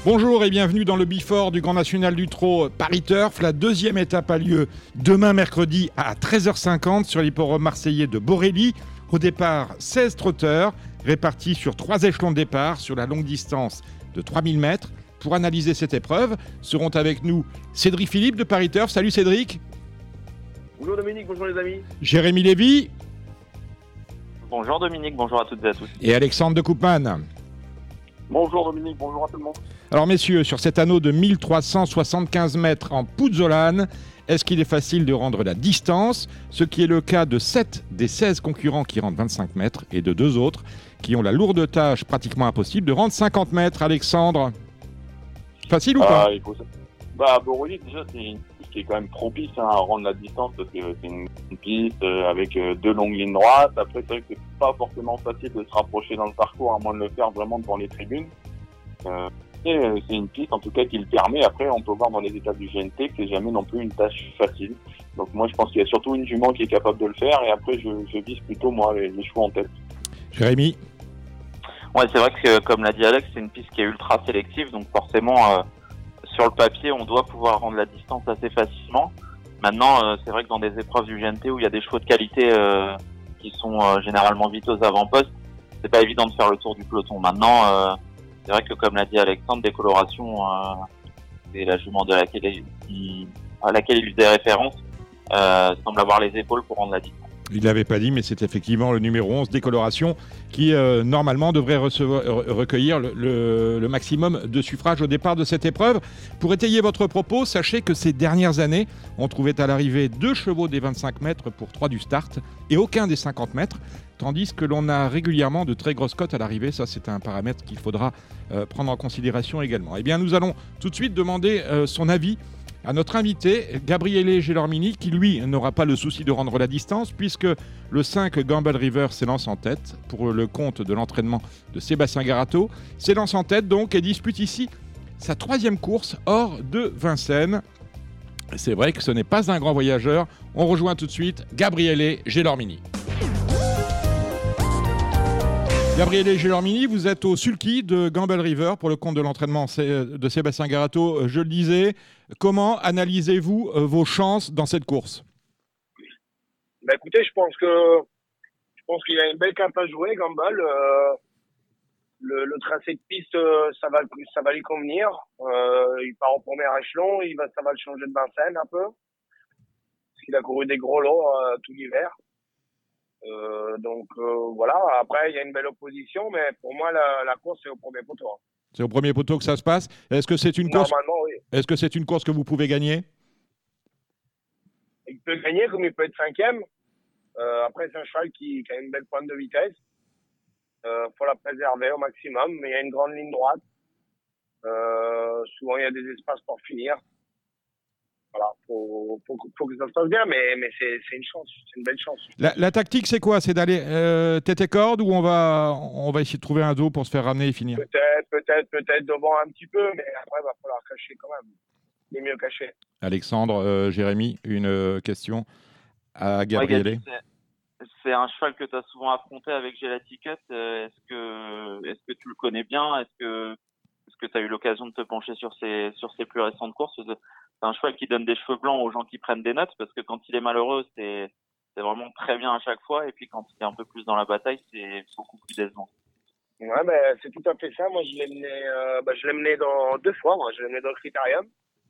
Bonjour et bienvenue dans le Before du Grand National du Trot Paris Turf. La deuxième étape a lieu demain mercredi à 13h50 sur l'hippodrome marseillais de Borély. Au départ, 16 trotteurs répartis sur 3 échelons de départ sur la longue distance de 3000 mètres. Pour analyser cette épreuve, seront avec nous Cédric Philippe de Paris Turf. Salut Cédric. Bonjour Dominique, bonjour les amis. Jérémy Lévy. Bonjour Dominique, bonjour à toutes et à tous. Et Alexandre de Koopman. Bonjour Dominique, bonjour à tout le monde. Alors messieurs, sur cet anneau de 1375 mètres en Pouzzolane, est-ce qu'il est facile de rendre la distance? Ce qui est le cas de 7 des 16 concurrents qui rendent 25 mètres et de 2 autres qui ont la lourde tâche pratiquement impossible de rendre 50 mètres. Alexandre, facile ou pas? Borély, déjà, c'est une piste qui est quand même propice à rendre la distance parce que c'est une piste avec 2 longues lignes droites. Après, c'est vrai que c'est pas forcément facile de se rapprocher dans le parcours à moins de le faire vraiment devant les tribunes. C'est une piste en tout cas qui le permet. Après, on peut voir dans les étapes du GNT que c'est jamais non plus une tâche facile. Donc moi, je pense qu'il y a surtout une jument qui est capable de le faire. Et après, je vise plutôt moi les chevaux en tête. Jérémy. Ouais, c'est vrai que comme l'a dit Alex, c'est une piste qui est ultra sélective, donc forcément sur le papier, on doit pouvoir rendre la distance assez facilement. Maintenant, c'est vrai que dans des épreuves du GNT où il y a des chevaux de qualité qui sont généralement vite aux avant-postes, c'est pas évident de faire le tour du peloton. Maintenant, c'est vrai que comme l'a dit Alexandre, Décoloration, c'est la jument à laquelle il faisait référence, semble avoir les épaules pour rendre la distance. Il ne l'avait pas dit, mais c'est effectivement le numéro 11, Décoloration, qui normalement devrait recueillir le maximum de suffrages au départ de cette épreuve. Pour étayer votre propos, sachez que ces dernières années, on trouvait à l'arrivée 2 chevaux des 25 mètres pour 3 du start et aucun des 50 mètres, tandis que l'on a régulièrement de très grosses cotes à l'arrivée. Ça, c'est un paramètre qu'il faudra prendre en considération également. Eh bien, nous allons tout de suite demander son avis à notre invité, Gabriele Gelormini, qui lui n'aura pas le souci de rendre la distance puisque le 5 Gamble River s'élance en tête pour le compte de l'entraînement de Sébastien Garato. S'élance en tête donc et dispute ici sa 3e course hors de Vincennes. C'est vrai que ce n'est pas un grand voyageur. On rejoint tout de suite Gabriele Gelormini. Gabriele Gelormini, vous êtes au sulky de Gamble River pour le compte de l'entraînement de Sébastien Garato. Je le disais, comment analysez-vous vos chances dans cette course? Écoutez, je pense qu'il a une belle cape à jouer, Gamble. Le tracé de piste, ça va lui convenir. Il part au premier échelon, ça va le changer de Vincennes un peu, parce qu'il a couru des gros lots tout l'hiver. Voilà, après il y a une belle opposition, mais pour moi la course c'est au premier poteau. C'est au premier poteau que ça se passe. Est-ce que c'est une course? Normalement, oui. Est-ce que c'est une course que vous pouvez gagner? Il peut gagner comme il peut être 5e. Après c'est un cheval qui a une belle pointe de vitesse. Faut la préserver au maximum, mais il y a une grande ligne droite. Souvent il y a des espaces pour finir. Voilà, faut que ça se passe bien, mais c'est une chance, c'est une belle chance. La tactique, c'est quoi? C'est d'aller tête et corde ou on va essayer de trouver un dos pour se faire ramener et finir? Peut-être devant un petit peu, mais après, il va falloir cacher quand même. Il est mieux caché. Alexandre, Jérémy, une question à Gabriele. Ouais, c'est un cheval que tu as souvent affronté avec Gelati Cut. Est-ce que tu le connais bien? Est-ce que tu as eu l'occasion de te pencher sur ses plus récentes courses? C'est un cheval qui donne des cheveux blancs aux gens qui prennent des notes, parce que quand il est malheureux, c'est vraiment très bien à chaque fois, et puis quand il est un peu plus dans la bataille, c'est beaucoup plus décevant. Ouais, c'est tout à fait ça. Moi, je l'ai mené dans 2 fois. Moi. Je l'ai mené dans le Critérium.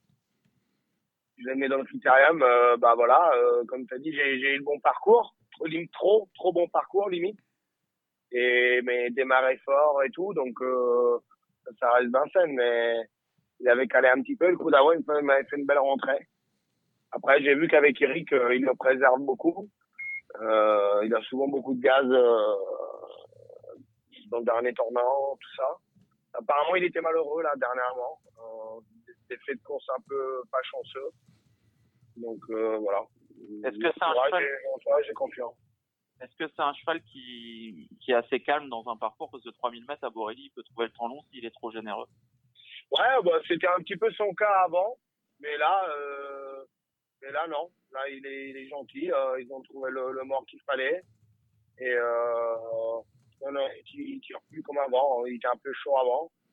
Comme tu as dit, j'ai eu le bon parcours. Trop bon parcours, limite. Mais démarré fort et tout, donc ça reste Vincennes, mais il avait calé un petit peu. Le coup d'avant, il m'avait fait une belle rentrée. Après, j'ai vu qu'avec Eric, il le préserve beaucoup. Il a souvent beaucoup de gaz dans le dernier tournant, tout ça. Apparemment, il était malheureux là dernièrement. Des faits de course un peu pas chanceux. Donc voilà. Est-ce que c'est un cheval? J'ai confiance. Est-ce que c'est un cheval qui est assez calme dans un parcours, parce que 3000 mètres à Borély, il peut trouver le temps long s'il est trop généreux? Ouais, c'était un petit peu son cas avant, mais là non. Là, il est gentil. Ils ont trouvé le mort qu'il fallait. Et il tire plus comme avant. Il était un peu chaud avant.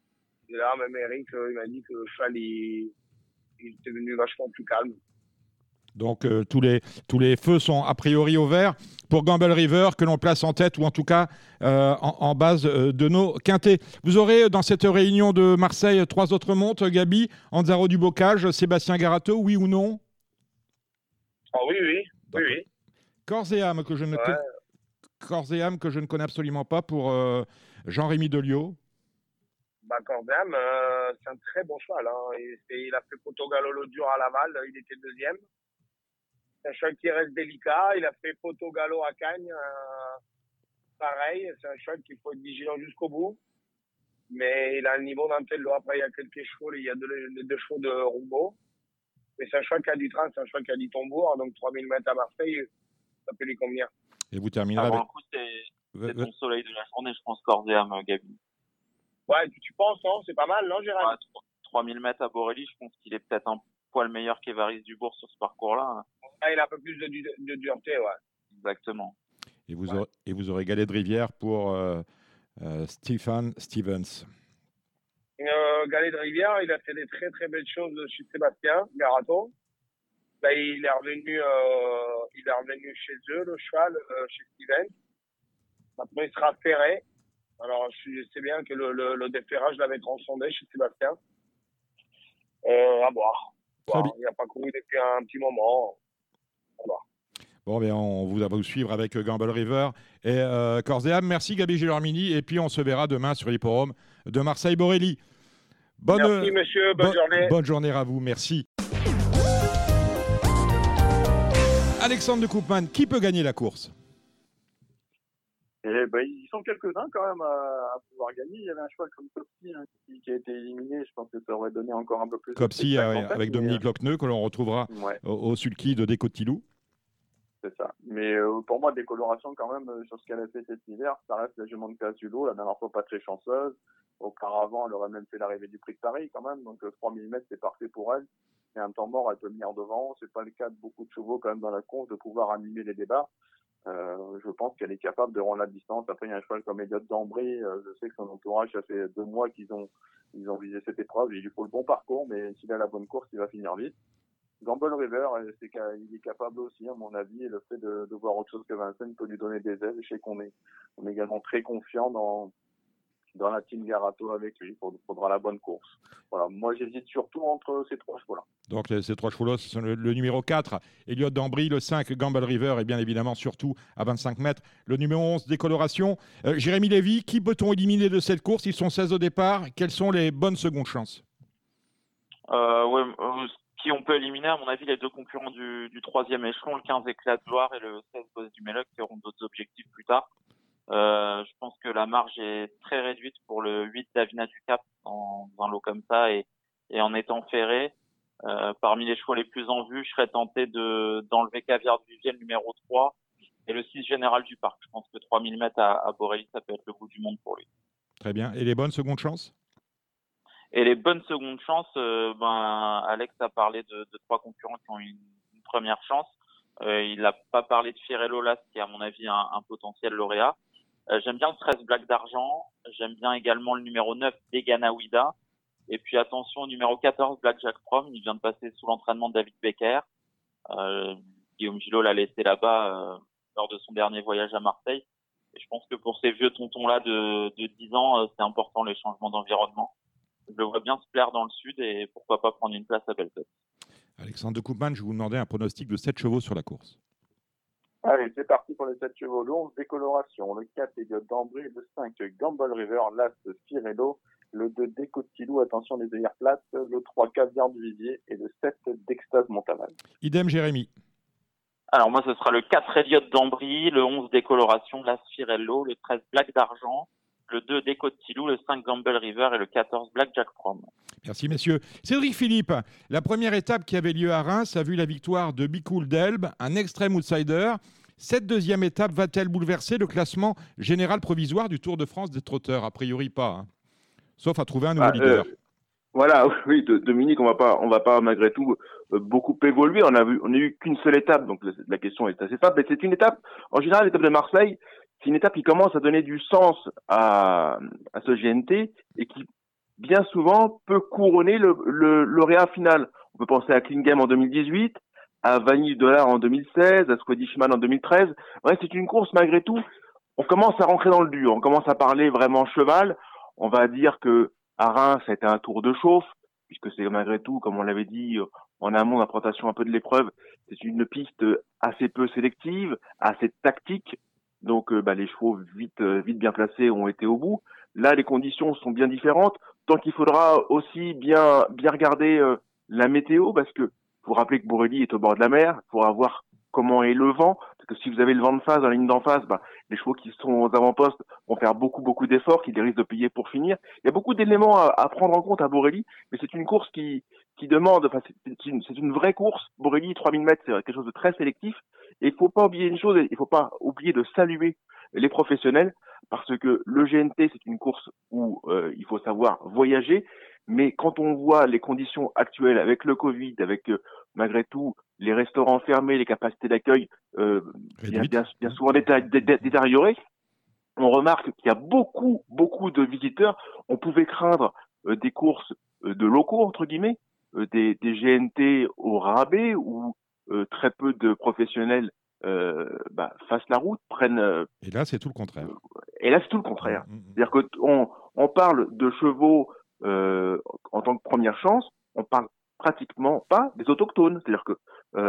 Et là, même Eric, il m'a dit que le cheval, il était devenu vachement plus calme. Donc tous les feux sont a priori au vert pour Gamble River que l'on place en tête ou en tout cas en base de nos quintés. Vous aurez dans cette réunion de Marseille 3 autres montes, Gabi, Anzaro du Bocage, Sébastien Garato, oui ou non? Ah oui. Corps et âme que je ne connais absolument pas pour Jean-Rémy Deliot. Cordam, c'est un très bon cheval. Hein. Il a fait Porto-Gallo dur à Laval, il était deuxième. C'est un cheval qui reste délicat. Il a fait Porto-Gallo à Cagnes, pareil. C'est un cheval qu'il faut être vigilant jusqu'au bout. Mais il a le niveau d'Antello. Après, il y a quelques chevaux. Il y a les 2 chevaux de Roubaud. Mais c'est un cheval qui a du train, c'est un cheval qui a du tambour. Donc 3000 mètres à Marseille, ça peut lui convenir. Et vous terminerez avec... coup, c'est ton soleil de la journée, je pense, corps et âme, Gabi. Ouais, tu penses, non? C'est pas mal, non, Gérard? 3000 mètres à Borély, je pense qu'il est peut-être un poil meilleur qu'Évariste Dubourg sur ce parcours-là. Ouais, il a un peu plus de dureté, ouais. Exactement. Et vous aurez Galet de Rivière pour Stephen Stevens. Galet de Rivière, il a fait des très très belles choses chez Sébastien Garato. Là, il est revenu chez eux, le cheval, chez Stevens. Maintenant, il sera ferré. Alors, je sais bien que le déferrage l'avait transcendé chez Sébastien. À voir. Il n'a pas couru depuis un petit moment. À voir. Bon, ben on va vous suivre avec Gamble River et Corps et âme. Merci Gabi Gilormini. Et puis, on se verra demain sur l'hippodrome de Marseille-Borély. Merci, monsieur. Bonne journée. Bonne journée à vous. Merci. Alexandre de Koopman, qui peut gagner la course? Ils sont quelques-uns quand même à pouvoir gagner. Il y avait un cheval comme Copsy qui a été éliminé. Je pense que ça aurait donné encore un peu plus. Copsy avec Dominique Lochneux que l'on retrouvera au sulky de Décotilou. C'est ça. Mais pour moi, décoloration quand même sur ce qu'elle a fait cet hiver, ça reste la jument de Casulo. La dernière fois, pas très chanceuse. Auparavant, elle aurait même fait l'arrivée du Prix de Paris quand même. Donc 3000 mètres, c'est parfait pour elle. Et un temps mort, elle peut venir devant. C'est pas le cas de beaucoup de chevaux quand même dans la course de pouvoir animer les débats. Je pense qu'elle est capable de rendre la distance. Après, il y a un cheval comme Elliott d'Ambry. Je sais que son entourage, ça fait 2 mois qu'ils ont visé cette épreuve. Il lui faut le bon parcours, mais s'il a la bonne course, il va finir vite. Gamble River, il est capable aussi, à mon avis, et le fait de voir autre chose que Vincennes peut lui donner des ailes. Je sais qu'on est également très confiant dans la team Garato avec lui. Il faudra la bonne course. Voilà. Moi, j'hésite surtout entre ces 3 chevaux-là. Donc, ces 3 chevaux-là, ce sont le numéro 4, Elliott d'Ambry, le 5, Gamble River, et bien évidemment, surtout à 25 mètres, le numéro 11, Décoloration. Jérémy Lévy, qui peut-on éliminer de cette course? Ils sont 16 au départ. Quelles sont les bonnes secondes chances? Qui on peut éliminer, à mon avis, les 2 concurrents du 3e échelon, le 15 Éclat de Gloire et le 16 Boss du Méloc, qui auront d'autres objectifs plus tard. Je pense que la marge est très réduite pour le 8 Davina du Cap dans un lot comme ça et en étant ferré. Parmi les chevaux les plus en vue, je serais tenté d'enlever Caviar du Vivier, le numéro 3, et le 6 Général du Parc. Je pense que 3000 mètres à Borély, ça peut être le bout du monde pour lui. Très bien. Et les bonnes secondes chances? Et les bonnes secondes chances, Alex a parlé de 3 concurrents qui ont une première chance. Il n'a pas parlé de Fiorello Las, qui est à mon avis un potentiel lauréat. J'aime bien le 13 Black d'Argent. J'aime bien également le numéro 9 Degana Ouida. Et puis attention au numéro 14 Black Jack Prom. Il vient de passer sous l'entraînement de David Becker. Guillaume Gillot l'a laissé là-bas lors de son dernier voyage à Marseille. Et je pense que pour ces vieux tontons-là de 10 ans, c'est important les changements d'environnement. Je le vois bien se plaire dans le sud et pourquoi pas prendre une place à Belfast. Alexandre de Koopman, je vous demandais un pronostic de 7 chevaux sur la course. Allez, c'est parti pour les 7 chevaux. Le 11 Décoloration, le 4 Elliott d'Ambry, le 5 Gamble River, l'As Firello, le 2 Décotilou, attention les œillères plates, le 3 Caviar du Vivier et le 7 d'Extase Montaval. Idem Jérémy. Alors moi ce sera le 4 Elliott d'Ambry, le 11 Décoloration, l'As Firello, le 13 Black d'Argent, le 2 Décotilou, le 5 Gamble River et le 14 Black Jack Prom. Merci messieurs. Cédric Philippe, la première étape qui avait lieu à Reims a vu la victoire de Bicool d'Elbe, un extrême outsider. Cette deuxième étape va-t-elle bouleverser le classement général provisoire du Tour de France des trotteurs? A priori pas, hein. Sauf à trouver un nouveau leader. Voilà, oui, Dominique, on va pas malgré tout beaucoup évoluer. On a eu qu'une seule étape, donc la question est assez simple. Mais c'est une étape, en général, l'étape de Marseille, c'est une étape qui commence à donner du sens à ce GNT et qui bien souvent peut couronner le lauréat final. On peut penser à Klingem en 2018, à Vanille Dollar en 2016, à Swedish-Man en 2013. Ouais, c'est une course malgré tout. On commence à rentrer dans le dur, on commence à parler vraiment cheval. On va dire que à Reims, ça a été un tour de chauffe, puisque c'est malgré tout, comme on l'avait dit en amont, la présentation un peu de l'épreuve, c'est une piste assez peu sélective, assez tactique. Donc les chevaux vite bien placés ont été au bout. Là, les conditions sont bien différentes. Donc il faudra aussi bien regarder la météo, parce que vous rappelez que Borelli est au bord de la mer, pour voir comment est le vent, parce que si vous avez le vent de face dans la ligne d'en face, les chevaux qui sont aux avant-postes vont faire beaucoup d'efforts, qui risquent de payer pour finir. Il y a beaucoup d'éléments à prendre en compte à Borelli, mais c'est une course qui demande, c'est une vraie course. Borelli, 3000 mètres, c'est quelque chose de très sélectif. Et il faut pas oublier une chose, il faut pas oublier de saluer les professionnels, parce que le GNT, c'est une course où il faut savoir voyager, mais quand on voit les conditions actuelles avec le Covid, avec malgré tout les restaurants fermés, les capacités d'accueil bien souvent détériorées, on remarque qu'il y a beaucoup de visiteurs. On pouvait craindre des courses de locaux, entre guillemets, des GNT au rabais, où très peu de professionnels fassent la route, prennent... Et là, c'est tout le contraire. C'est-à-dire qu'on parle de chevaux en tant que première chance, on parle pratiquement pas des autochtones. C'est-à-dire que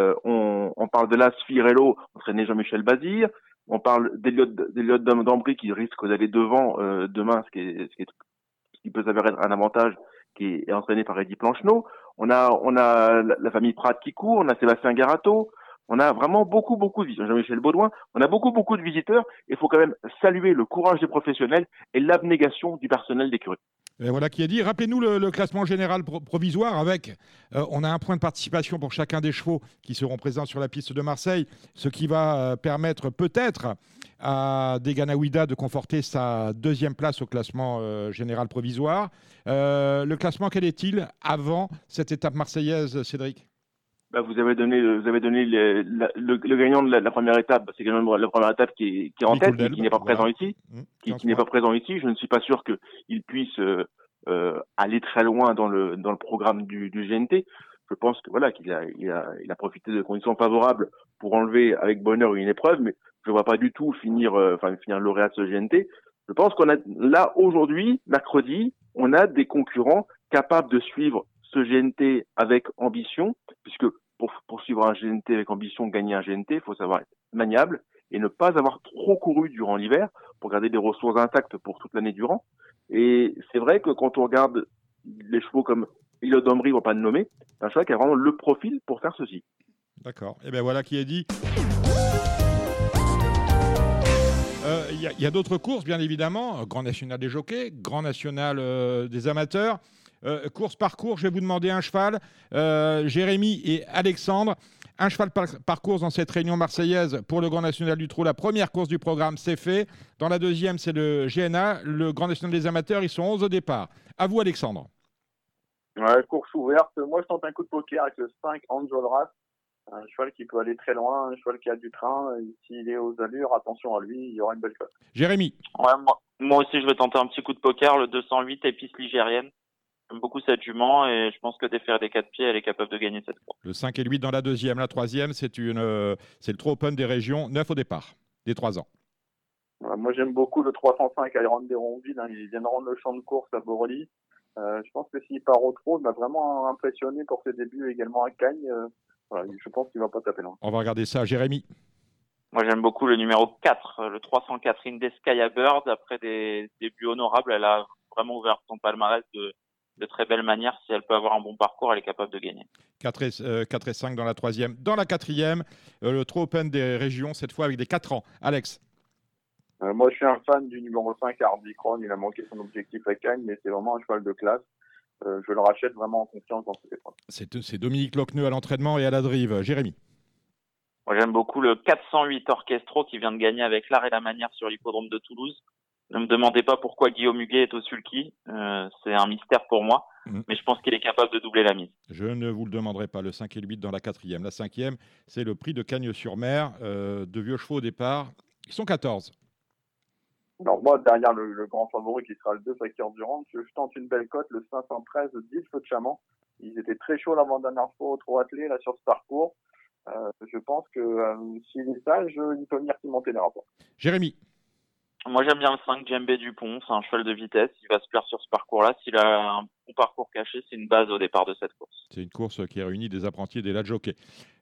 on parle de l'As Firello, entraîné Jean-Michel Bazir, on parle d'Eliott d'Ambry qui risque d'aller devant demain, ce qui peut s'avérer être un avantage, qui est entraîné par Eddy Plancheneau. On a la famille Prat qui court, on a Sébastien Garato, on a vraiment beaucoup de visiteurs. Jean-Michel Baudouin, on a beaucoup de visiteurs. Il faut quand même saluer le courage des professionnels et l'abnégation du personnel d'écurie. Et voilà qui est dit. Rappelez-nous le classement général provisoire avec, on a un point de participation pour chacun des chevaux qui seront présents sur la piste de Marseille, ce qui va permettre peut-être à Deganaouida de conforter sa deuxième place au classement général provisoire. Le classement, quel est-il avant cette étape marseillaise, Cédric ? Vous avez donné le gagnant de la première étape. C'est quand même la première étape qui est en tête, qui n'est pas présent ici. Qui n'est pas présent ici. Je ne suis pas sûr qu'il puisse aller très loin dans le programme du GNT. Je pense que qu'il a profité de conditions favorables pour enlever avec bonheur une épreuve, mais je ne vois pas du tout finir lauréat de ce GNT. Je pense qu'on a là aujourd'hui, mercredi, on a des concurrents capables de suivre ce GNT avec ambition, puisque pour suivre un GNT avec ambition, gagner un GNT, il faut savoir être maniable et ne pas avoir trop couru durant l'hiver pour garder des ressources intactes pour toute l'année durant. Et c'est vrai que quand on regarde les chevaux comme Eliott d'Ambry, on va pas le nommer, c'est un cheval qui a vraiment le profil pour faire ceci. D'accord. Et bien voilà qui est dit. Il y a d'autres courses, bien évidemment. Grand National des jockeys, Grand National des amateurs. Course par course, je vais vous demander un cheval. Jérémy et Alexandre, un cheval par course dans cette réunion marseillaise pour le Grand National du Trot. La première course du programme, c'est fait. Dans la deuxième, c'est le GNA, le Grand National des amateurs. Ils sont 11 au départ. À vous, Alexandre. Ouais, course ouverte. Moi, je tente un coup de poker avec le 5 Angel Ras. Un cheval qui peut aller très loin, un cheval qui a du train. Et s'il est aux allures, attention à lui, il y aura une belle cote. Jérémy. Ouais, moi aussi, je vais tenter un petit coup de poker, le 208 Épice Ligérienne. J'aime beaucoup cette jument et je pense que défaire des 4 pieds, elle est capable de gagner cette course. Le 5 et le 8 dans la deuxième. La troisième, c'est le Trot Open des régions, 9 au départ, des 3 ans. Moi, j'aime beaucoup le 305 Iron des Ronville. Il vient de rendre le champ de course à Borelli. Je pense que s'il part au trot, il m'a vraiment impressionné pour ses débuts également à Cagnes. Je pense qu'il va pas taper loin. On va regarder ça. Jérémy. Moi, j'aime beaucoup le numéro 4, le 300 Catherine Descaia Bird. Après des débuts honorables, elle a vraiment ouvert son palmarès de très belle manière. Si elle peut avoir un bon parcours, elle est capable de gagner. 4 et 5 dans la troisième. Dans la quatrième, le Trot Open des régions, cette fois avec des 4 ans. Alex. Moi, je suis un fan du numéro 5, Hardy Crown. Il a manqué son objectif à Cagnes, mais c'est vraiment un cheval de classe. Je le rachète vraiment en confiance dans cette épreuve. C'est Dominique Lochneux à l'entraînement et à la drive. Jérémy. Moi, j'aime beaucoup le 408 Orchestro qui vient de gagner avec l'art et la manière sur l'hippodrome de Toulouse. Ne me demandez pas pourquoi Guillaume Huguet est au sulky. C'est un mystère pour moi, mais je pense qu'il est capable de doubler la mise. Je ne vous le demanderai pas. Le 5 et le 8 dans la quatrième. La cinquième, c'est le prix de Cagnes-sur-Mer. De vieux chevaux au départ. Ils sont 14. Alors moi, derrière le grand favori qui sera le 2 Fakir Durand, je tente une belle cote, le 513 10 Feu de Chaman. Ils étaient très chauds l'avant-dernière fois au trot attelé là sur ce parcours. Je pense que s'il est sage, il peut venir monter les rapports. Jérémy. Moi, j'aime bien le 5 Djembé Dupont. C'est un cheval de vitesse. Il va se plaire sur ce parcours-là. S'il a un bon parcours caché, c'est une base au départ de cette course. C'est une course qui réunit des apprentis et des lats jockeys.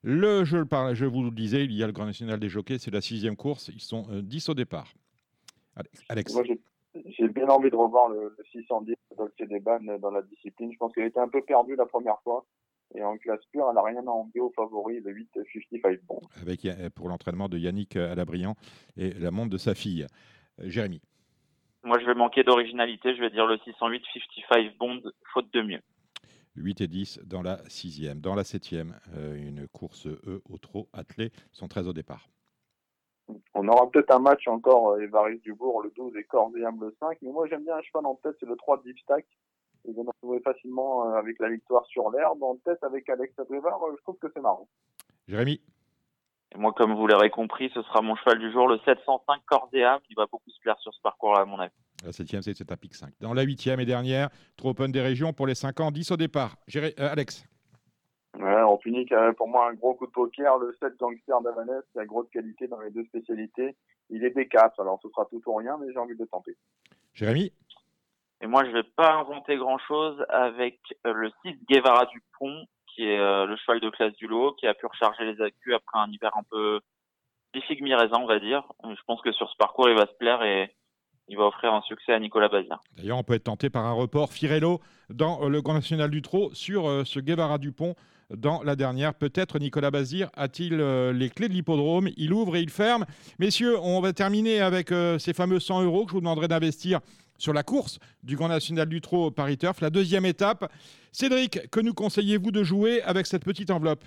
Je vous le disais, il y a le Grand National des jockeys. C'est la 6e course. Ils sont 10 au départ. Alex. Moi, j'ai bien envie de revoir le 610 Dolce Deban dans la discipline. Je pense qu'elle était un peu perdue la première fois. Et en classe pure, elle n'a rien à envier au favori, le 8 55 Bond. Avec pour l'entraînement de Yannick Alabriand et la montre de sa fille. Jérémy. Moi, je vais manquer d'originalité. Je vais dire le 608 55 Bond, faute de mieux. 8 et 10 dans la 6e. Dans la 7e, une course au trot attelé, sont 13 au départ. On aura peut-être un match encore, Évariste Dubourg, le 12 et Cordiam le 5. Mais moi, j'aime bien un cheval en tête, c'est le 3 Deep Stack. Il vient de jouer facilement avec la victoire sur l'herbe. En tête avec Alex Adrevard, je trouve que c'est marrant. Jérémy. Et moi, comme vous l'aurez compris, ce sera mon cheval du jour, le 705 Cordéa, qui va beaucoup se plaire sur ce parcours-là, à mon avis. La 7e, c'est un pic 5. Dans la 8e et dernière, trop open des régions pour les 5 ans, 10 au départ. Alex. Ouais, on finit pour moi un gros coup de poker, le 7 Gangster d'Avanès, qui a grosse qualité dans les deux spécialités. Il est D4, alors ce sera tout ou rien, mais j'ai envie de le tenter. Jérémy. Et moi, je vais pas inventer grand-chose avec le 6 Guevara Dupont, qui est le cheval de classe du lot, qui a pu recharger les accus après un hiver un peu mi-figue mi-raisin, on va dire. Je pense que sur ce parcours, il va se plaire et il va offrir un succès à Nicolas Bazir. D'ailleurs, on peut être tenté par un report Firello dans le Grand National du Trot sur ce Guevara Dupont dans la dernière. Peut-être Nicolas Bazir a-t-il les clés de l'hippodrome. Il ouvre et il ferme. Messieurs, on va terminer avec ces fameux 100 € que je vous demanderai d'investir sur la course du Grand National du Trot Paris Turf, la 2e étape. Cédric, que nous conseillez-vous de jouer avec cette petite enveloppe?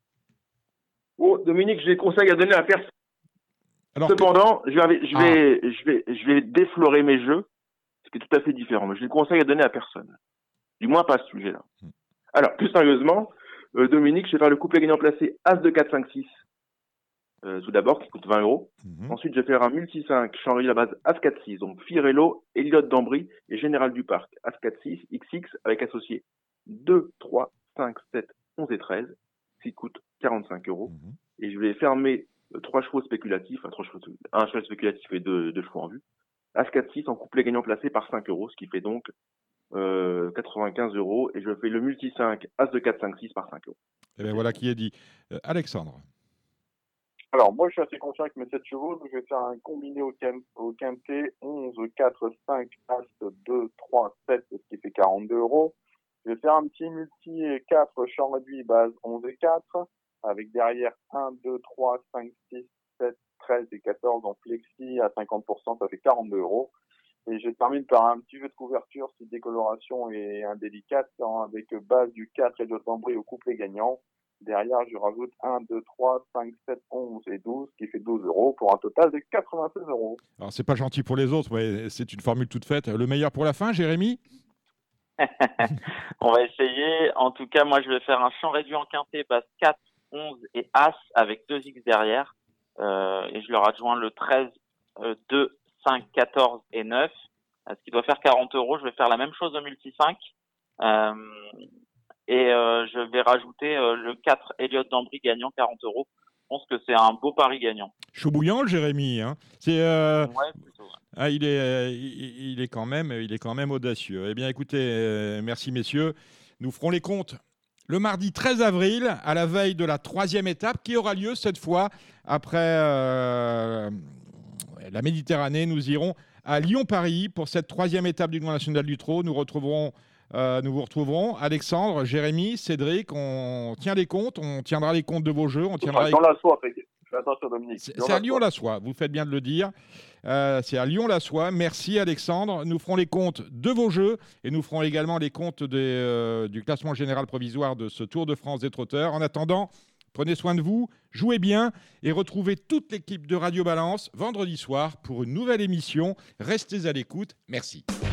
Dominique, j'ai des conseils à donner à personne. Alors cependant, je vais déflorer mes jeux, ce qui est tout à fait différent. Mais j'ai des conseils à donner à personne. Du moins pas à ce sujet-là. Alors, plus sérieusement, Dominique, je vais faire le couplet gagnant placé As de 4, 5, 6. Tout d'abord, qui coûte 20 €. Ensuite, je vais faire un multi 5, Chanry la base As 4, 6. Donc, Firello, Elliott d'Ambry et Général du Parc. As 4, 6, XX avec associé 2, 3, 5, 7, 11 et 13. Qui coûte 45 €. Et je vais fermer 3 chevaux spéculatifs, un cheval spéculatif et 2 chevaux en vue. As 4, 6 en couplet gagnant placé par 5 €, ce qui fait donc 95 €. Et je fais le multi 5, As de 4, 5, 6 par 5 €. Et bien voilà qui est dit. Alexandre. Alors, moi, je suis assez confiant avec mes 7 chevaux, donc je vais faire un combiné au quintet 11, 4, 5, As, 2, 3, 7, ce qui fait 42 €. Je vais faire un petit multi 4 champ réduit base 11 et 4, avec derrière 1, 2, 3, 5, 6, 7, 13 et 14 en flexi à 50%, ça fait 42 €. Et je termine par un petit jeu de couverture si décoloration est indélicate, avec base du 4 et de d'Ambry au couplet gagnant. Derrière, je rajoute 1, 2, 3, 5, 7, 11 et 12, qui fait 12 € pour un total de 96 €. Alors, c'est pas gentil pour les autres, mais c'est une formule toute faite. Le meilleur pour la fin, Jérémy? On va essayer. En tout cas, moi, je vais faire un champ réduit en quintet, base 4, 11 et As avec 2 X derrière. Et je leur adjoins le 13, 2, 5, 14 et 9. Ce qui doit faire 40 €. Je vais faire la même chose au multi 5. Et je vais rajouter le 4 Elliott d'Ambry gagnant 40 €. Je pense que c'est un beau pari gagnant. Chaud bouillant, le Jérémy. Hein. C'est, ouais, plutôt. Ouais. Ah, il est quand même audacieux. Eh bien, écoutez, merci messieurs. Nous ferons les comptes le mardi 13 avril, à la veille de la 3e étape, qui aura lieu cette fois après la Méditerranée. Nous irons à Lyon-Paris pour cette 3e étape du Grand National du Trot. Nous vous retrouverons, Alexandre, Jérémy, Cédric. On tient les comptes, on tiendra les comptes de vos jeux. Dans la soie, attention Dominique. C'est à Lyon-la-Soie, vous faites bien de le dire. C'est à Lyon-la-Soie. Merci Alexandre. Nous ferons les comptes de vos jeux et nous ferons également les comptes du classement général provisoire de ce Tour de France des trotteurs. En attendant, prenez soin de vous, jouez bien et retrouvez toute l'équipe de Radio Balance vendredi soir pour une nouvelle émission. Restez à l'écoute. Merci.